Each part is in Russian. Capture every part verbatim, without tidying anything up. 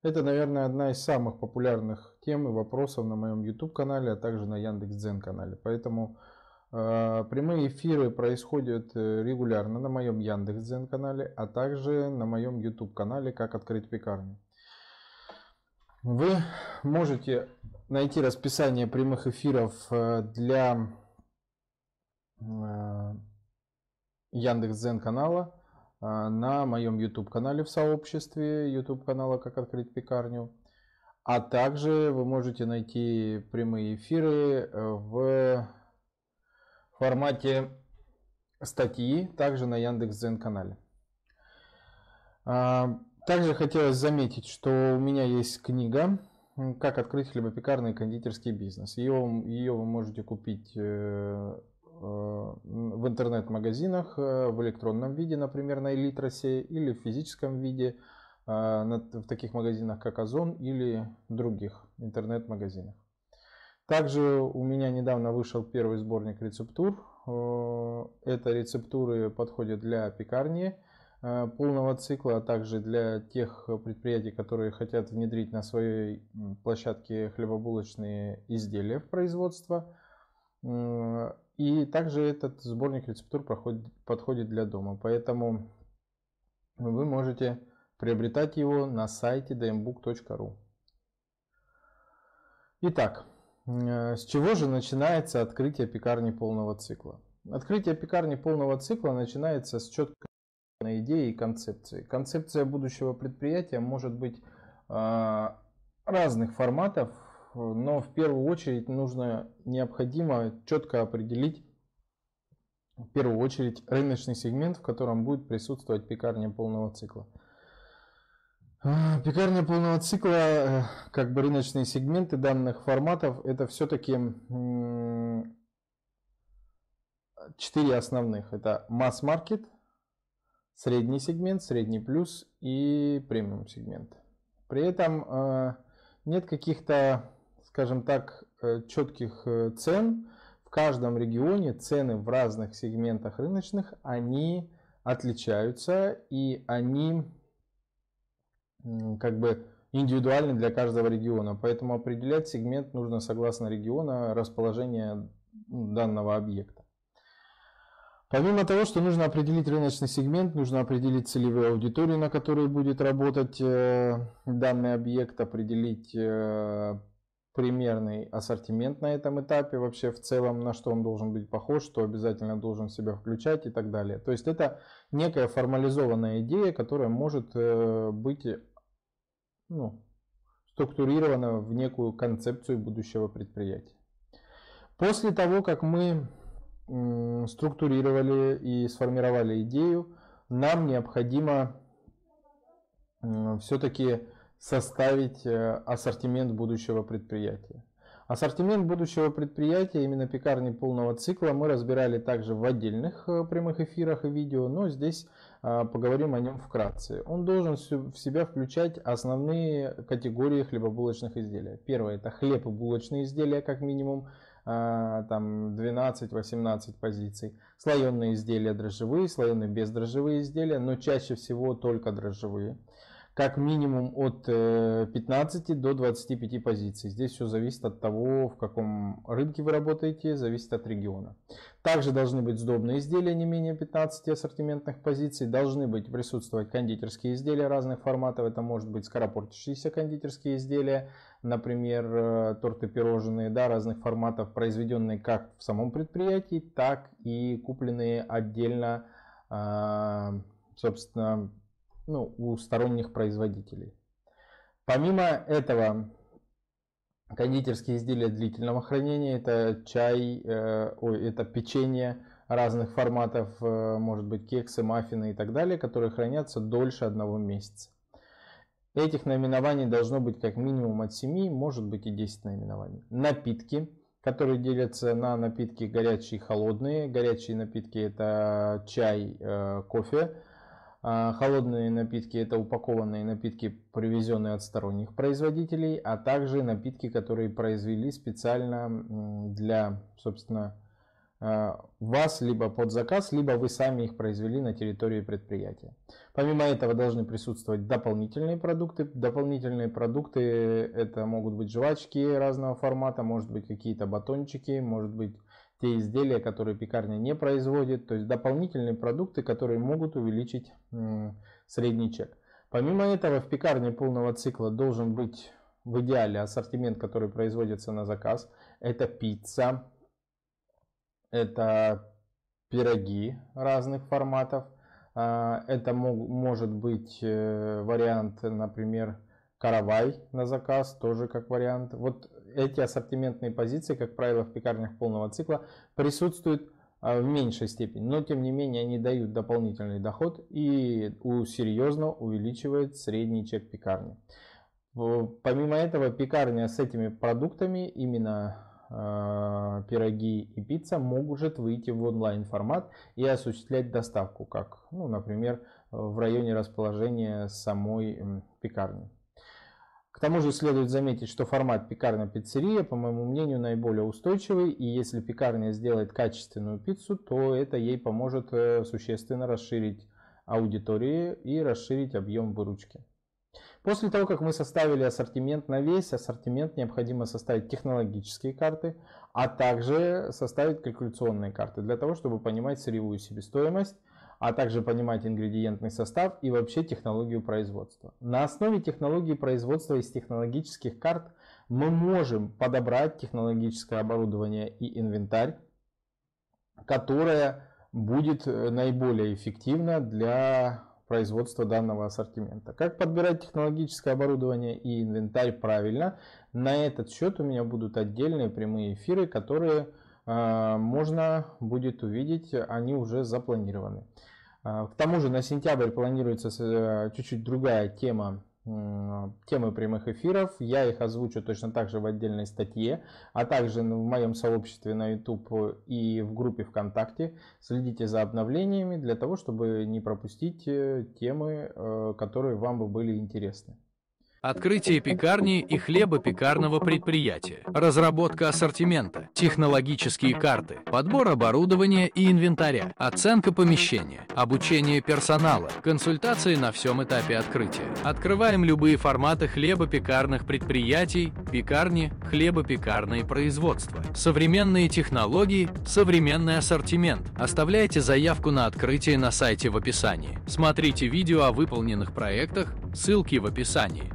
Это, наверное, одна из самых популярных тем и вопросов на моем YouTube канале, а также на Яндекс.Дзен канале. Поэтому э, прямые эфиры происходят регулярно на моем Яндекс.Дзен канале, а также на моем YouTube канале «Как открыть пекарню». Вы можете найти расписание прямых эфиров для Яндекс.Дзен канала на моем YouTube канале в сообществе YouTube канала «Как открыть пекарню». А также вы можете найти прямые эфиры в формате статьи также на Яндекс.Дзен канале. Также хотелось заметить, что у меня есть книга «Как открыть хлебопекарный и кондитерский бизнес». Ее, ее вы можете купить в интернет-магазинах в электронном виде, например, на Элитросе, или в физическом виде в таких магазинах, как Озон, или других интернет-магазинах. Также у меня недавно вышел первый сборник рецептур. Это рецептуры подходят для пекарни полного цикла, а также для тех предприятий, которые хотят внедрить на своей площадке хлебобулочные изделия в производство. И также этот сборник рецептур проходит, подходит для дома. Поэтому вы можете приобретать его на сайте ди эм бук точка ру. Итак, с чего же начинается открытие пекарни полного цикла? Открытие пекарни полного цикла начинается с четкой идеи и концепции. Концепция будущего предприятия может быть разных форматов, но в первую очередь нужно, необходимо четко определить в первую очередь рыночный сегмент, в котором будет присутствовать пекарня полного цикла. Пекарня полного цикла, как бы рыночные сегменты данных форматов, это все-таки четыре основных. Это масс-маркет, средний сегмент, средний плюс и премиум сегмент. При этом нет каких-то, скажем так, четких цен. В каждом регионе цены в разных сегментах рыночных, они отличаются, и они как бы индивидуальны для каждого региона. Поэтому определять сегмент нужно согласно региона расположения данного объекта. Помимо того, что нужно определить рыночный сегмент, нужно определить целевую аудиторию, на которой будет работать данный объект, определить примерный ассортимент на этом этапе, вообще в целом, на что он должен быть похож, что обязательно должен в себя включать и так далее. То есть это некая формализованная идея, которая может быть, ну, структурирована в некую концепцию будущего предприятия. После того, как мы структурировали и сформировали идею, нам необходимо все-таки составить ассортимент будущего предприятия. Ассортимент будущего предприятия, именно пекарни полного цикла, мы разбирали также в отдельных прямых эфирах и видео, но здесь поговорим о нем вкратце. Он должен в себя включать основные категории хлебобулочных изделий. Первое — это хлеб и булочные изделия, как минимум там двенадцать-восемнадцать позиций. Слоеные изделия дрожжевые, слоеные бездрожжевые изделия, но чаще всего только дрожжевые. Как минимум от пятнадцати до двадцати пяти позиций. Здесь все зависит от того, в каком рынке вы работаете, зависит от региона. Также должны быть сдобные изделия не менее пятнадцати ассортиментных позиций. Должны быть присутствовать кондитерские изделия разных форматов. Это может быть скоропортящиеся кондитерские изделия, например, торты, пирожные, да, разных форматов, произведенные как в самом предприятии, так и купленные отдельно, собственно, ну, у сторонних производителей. Помимо этого, кондитерские изделия длительного хранения, это чай, э, ой, это печенье разных форматов, э, может быть кексы, маффины и так далее, которые хранятся дольше одного месяца. Этих наименований должно быть как минимум от семи, может быть и десять наименований. Напитки, которые делятся на напитки горячие и холодные. Горячие напитки — это чай, э, кофе. Холодные напитки — это упакованные напитки, привезенные от сторонних производителей, а также напитки, которые произвели специально для, собственно, вас либо под заказ, либо вы сами их произвели на территории предприятия. Помимо этого должны присутствовать дополнительные продукты. Дополнительные продукты это могут быть жвачки разного формата, может быть какие-то батончики, может быть те изделия, которые пекарня не производит. То есть дополнительные продукты, которые могут увеличить средний чек. Помимо этого в пекарне полного цикла должен быть в идеале ассортимент, который производится на заказ. Это пицца. Это пироги разных форматов. Это может быть вариант, например, каравай на заказ, тоже как вариант. Вот эти ассортиментные позиции, как правило, в пекарнях полного цикла присутствуют в меньшей степени, но тем не менее они дают дополнительный доход и серьезно увеличивает средний чек пекарни. Помимо этого, пекарня с этими продуктами, именно пироги и пицца, может выйти в онлайн формат и осуществлять доставку, как, ну, например, в районе расположения самой пекарни. К тому же следует заметить, что формат пекарня-пиццерия, по моему мнению, наиболее устойчивый, и если пекарня сделает качественную пиццу, то это ей поможет существенно расширить аудиторию и расширить объем выручки. После того, как мы составили ассортимент на весь ассортимент, необходимо составить технологические карты, а также составить калькуляционные карты для того, чтобы понимать сырьевую себестоимость, а также понимать ингредиентный состав и вообще технологию производства. На основе технологии производства из технологических карт мы можем подобрать технологическое оборудование и инвентарь, которое будет наиболее эффективно для производства данного ассортимента. Как подбирать технологическое оборудование и инвентарь правильно? На этот счет у меня будут отдельные прямые эфиры, которые э, можно будет увидеть, они уже запланированы. Э, к тому же на сентябрь планируется э, чуть-чуть другая тема, э, темы прямых эфиров. Я их озвучу точно так же в отдельной статье, а также в моем сообществе на YouTube и в группе ВКонтакте. Следите за обновлениями для того, чтобы не пропустить темы, которые вам бы были интересны. Открытие пекарни и хлебопекарного предприятия, разработка ассортимента, технологические карты, подбор оборудования и инвентаря, оценка помещения, обучение персонала, консультации на всем этапе открытия. Открываем любые форматы хлебопекарных предприятий, пекарни, хлебопекарные производства. Современные технологии, современный ассортимент. Оставляйте заявку на открытие на сайте в описании. Смотрите видео о выполненных проектах, ссылки в описании.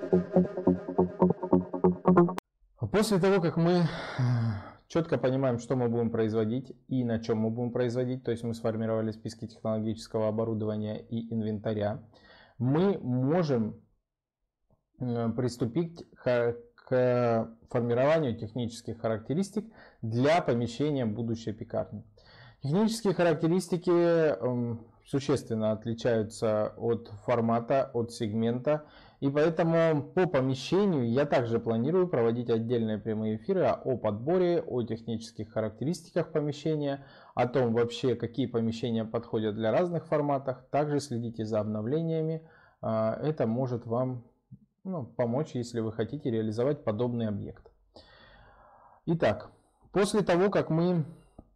После того, как мы четко понимаем, что мы будем производить и на чем мы будем производить, то есть мы сформировали списки технологического оборудования и инвентаря, мы можем приступить к формированию технических характеристик для помещения будущей пекарни. Технические характеристики существенно отличаются от формата, от сегмента. И поэтому по помещению я также планирую проводить отдельные прямые эфиры о подборе, о технических характеристиках помещения, о том вообще, какие помещения подходят для разных форматов. Также следите за обновлениями. Это может вам, ну, помочь, если вы хотите реализовать подобный объект. Итак, после того, как мы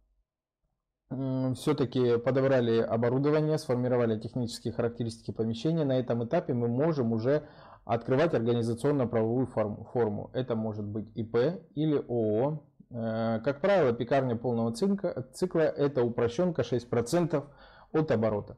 все-таки подобрали оборудование, сформировали технические характеристики помещения, на этом этапе мы можем уже открывать организационно-правовую форму. Это может быть ИП или ООО. Как правило, пекарня полного цикла – это упрощенка шесть процентов от оборота.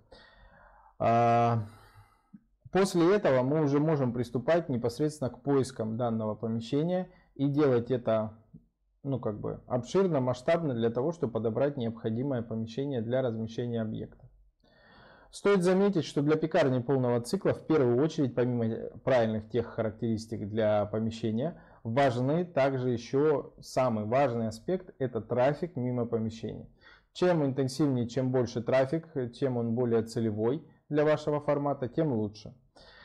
После этого мы уже можем приступать непосредственно к поискам данного помещения и делать это, ну, как бы обширно, масштабно, для того, чтобы подобрать необходимое помещение для размещения объекта. Стоит заметить, что для пекарни полного цикла в первую очередь, помимо правильных тех характеристик для помещения, важны также еще самый важный аспект – это трафик мимо помещения. Чем интенсивнее, чем больше трафик, тем он более целевой для вашего формата, тем лучше.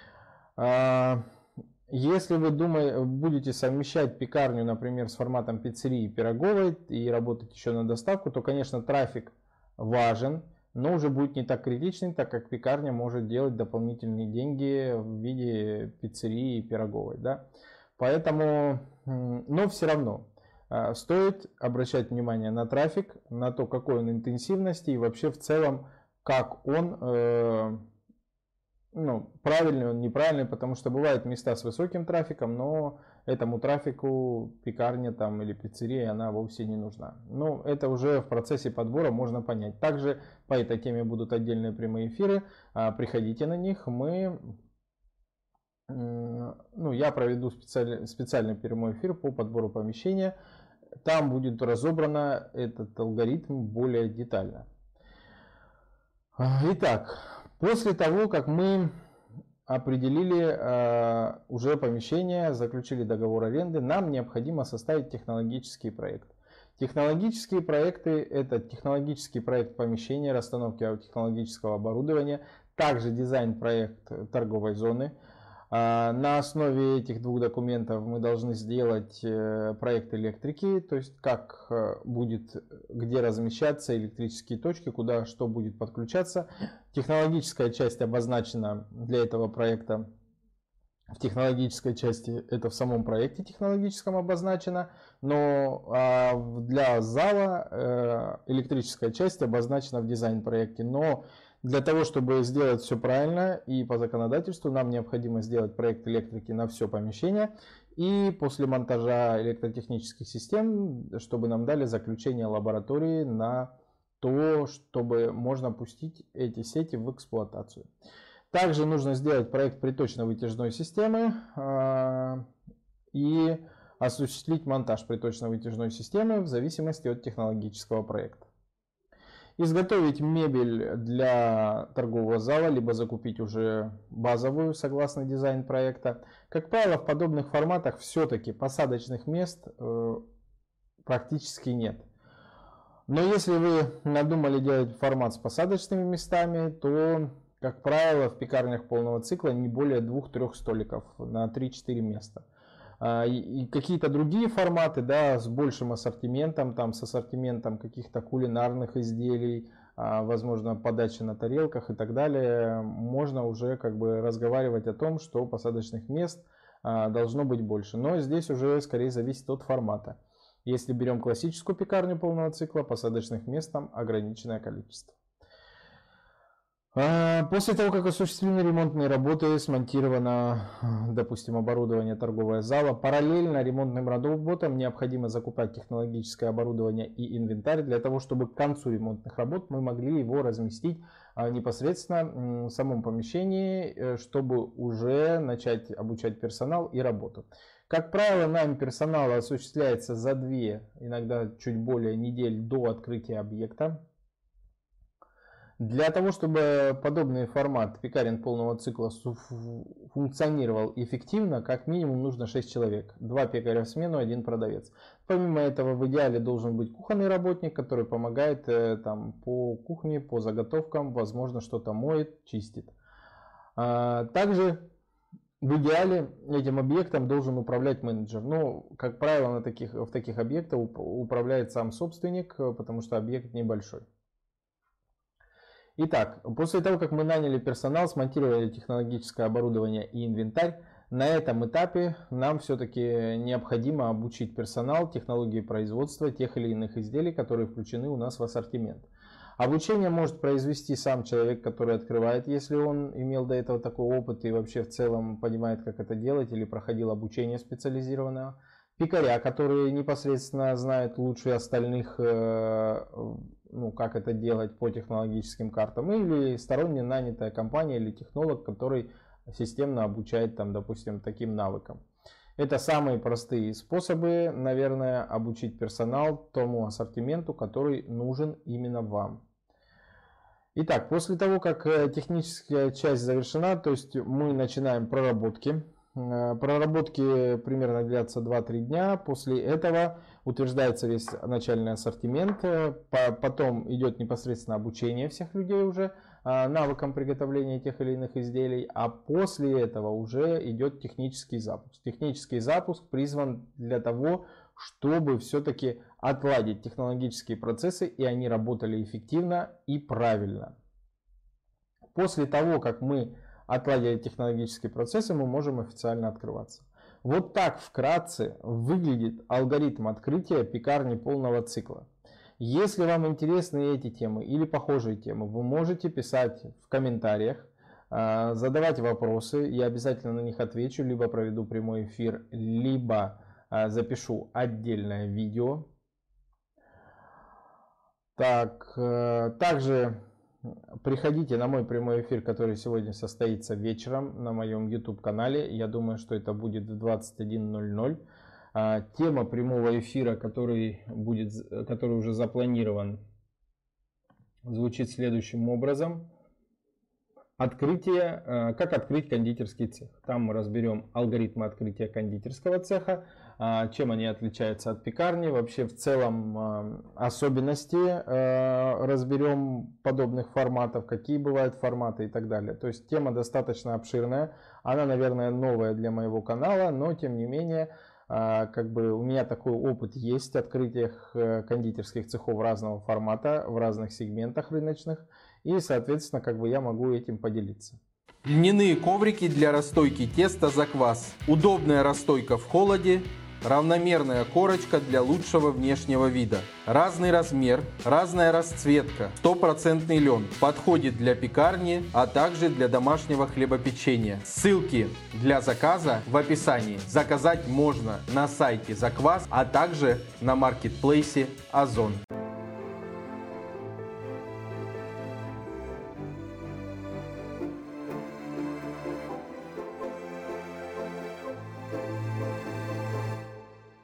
Если вы думаете, будете совмещать пекарню, например, с форматом пиццерии и пироговой и работать еще на доставку, то, конечно, трафик важен, но уже будет не так критичный, так как пекарня может делать дополнительные деньги в виде пиццерии и пироговой. Да? Поэтому, но все равно, Стоит обращать внимание на трафик, на то, какой он интенсивности и вообще в целом, как он, э, ну, правильный он, неправильный, потому что бывают места с высоким трафиком, но этому трафику пекарня там или пиццерия, она вовсе не нужна. Но это уже в процессе подбора можно понять. Также по этой теме будут отдельные прямые эфиры, приходите на них, мы... Ну, я проведу специальный, специальный прямой эфир по подбору помещения. Там будет разобрано этот алгоритм более детально. Итак, после того, как мы определили э, уже помещение, заключили договор аренды, нам необходимо составить технологический проект. Технологические проекты – это технологический проект помещения, расстановки технологического оборудования, также дизайн-проект торговой зоны. На основе этих двух документов мы должны сделать проект электрики, то есть как будет, где размещаться электрические точки, куда что будет подключаться. Технологическая часть обозначена для этого проекта. В технологической части это в самом проекте технологическом обозначено, но для зала электрическая часть обозначена в дизайн-проекте. Но для того, чтобы сделать все правильно и по законодательству, нам необходимо сделать проект электрики на все помещение. И после монтажа электротехнических систем, чтобы нам дали заключение лаборатории на то, чтобы можно пустить эти сети в эксплуатацию. Также нужно сделать проект приточно-вытяжной системы э, и осуществить монтаж приточно-вытяжной системы в зависимости от технологического проекта. Изготовить мебель для торгового зала, либо закупить уже базовую согласно дизайн проекта. Как правило, в подобных форматах все-таки посадочных мест э, практически нет. Но если вы надумали делать формат с посадочными местами, то, как правило, в пекарнях полного цикла не более двух-трех столиков на три-четыре места. И какие-то другие форматы, да, с большим ассортиментом, там, с ассортиментом каких-то кулинарных изделий, возможно, подачи на тарелках и так далее, можно уже как бы разговаривать о том, что посадочных мест должно быть больше. Но здесь уже скорее зависит от формата. Если берем классическую пекарню полного цикла, посадочных мест там ограниченное количество. После того, как осуществлены ремонтные работы, смонтировано, допустим, оборудование торгового зала, параллельно ремонтным работам необходимо закупать технологическое оборудование и инвентарь для того, чтобы к концу ремонтных работ мы могли его разместить непосредственно в самом помещении, чтобы уже начать обучать персонал и работу. Как правило, найм персонала осуществляется за две, иногда чуть более недель до открытия объекта. Для того, чтобы подобный формат пекарен полного цикла функционировал эффективно, как минимум нужно шесть человек. два пекаря в смену, один продавец. Помимо этого, в идеале должен быть кухонный работник, который помогает там, по кухне, по заготовкам, возможно, что-то моет, чистит. Также в идеале этим объектом должен управлять менеджер. Но, как правило, на таких, в таких объектах управляет сам собственник, потому что объект небольшой. Итак, после того, как мы наняли персонал, смонтировали технологическое оборудование и инвентарь, на этом этапе нам все-таки необходимо обучить персонал технологии производства тех или иных изделий, которые включены у нас в ассортимент. Обучение может произвести сам человек, который открывает, если он имел до этого такой опыт и вообще в целом понимает, как это делать, или проходил обучение специализированное. Пекаря, которые непосредственно знают лучше остальных, ну, как это делать по технологическим картам, или сторонне нанятая компания или технолог, который системно обучает, там, допустим, таким навыкам. Это самые простые способы, наверное, обучить персонал тому ассортименту, который нужен именно вам. Итак, после того, как техническая часть завершена, то есть мы начинаем проработки. Проработки примерно длятся два-три дня. После этого утверждается весь начальный ассортимент. Потом идет непосредственно обучение всех людей уже навыкам приготовления тех или иных изделий. А после этого уже идет технический запуск. Технический запуск призван для того, чтобы все-таки отладить технологические процессы, и они работали эффективно и правильно. После того, как мы отладили технологические процессы, мы можем официально открываться. Вот так вкратце выглядит алгоритм открытия пекарни полного цикла. Если вам интересны эти темы или похожие темы, вы можете писать в комментариях, задавать вопросы, я обязательно на них отвечу, либо проведу прямой эфир, либо запишу отдельное видео. Так, также приходите на мой прямой эфир, который сегодня состоится вечером на моем YouTube канале. Я думаю, что это будет в двадцать один ноль ноль. Тема прямого эфира, который, будет, который уже запланирован, звучит следующим образом. Открытие, как открыть кондитерский цех. Там мы разберем алгоритмы открытия кондитерского цеха, чем они отличаются от пекарни, вообще в целом особенности разберем подобных форматов, какие бывают форматы и так далее. То есть тема достаточно обширная, она, наверное, новая для моего канала, но тем не менее, как бы у меня такой опыт есть в открытиях кондитерских цехов разного формата в разных сегментах рыночных. И, соответственно, как бы я могу этим поделиться. Льняные коврики для расстойки теста за квас. Удобная расстойка в холоде. Равномерная корочка для лучшего внешнего вида. Разный размер, разная расцветка. Стопроцентный лен. Подходит для пекарни, а также для домашнего хлебопечения. Ссылки для заказа в описании. Заказать можно на сайте Заквас, а также на маркетплейсе Озон.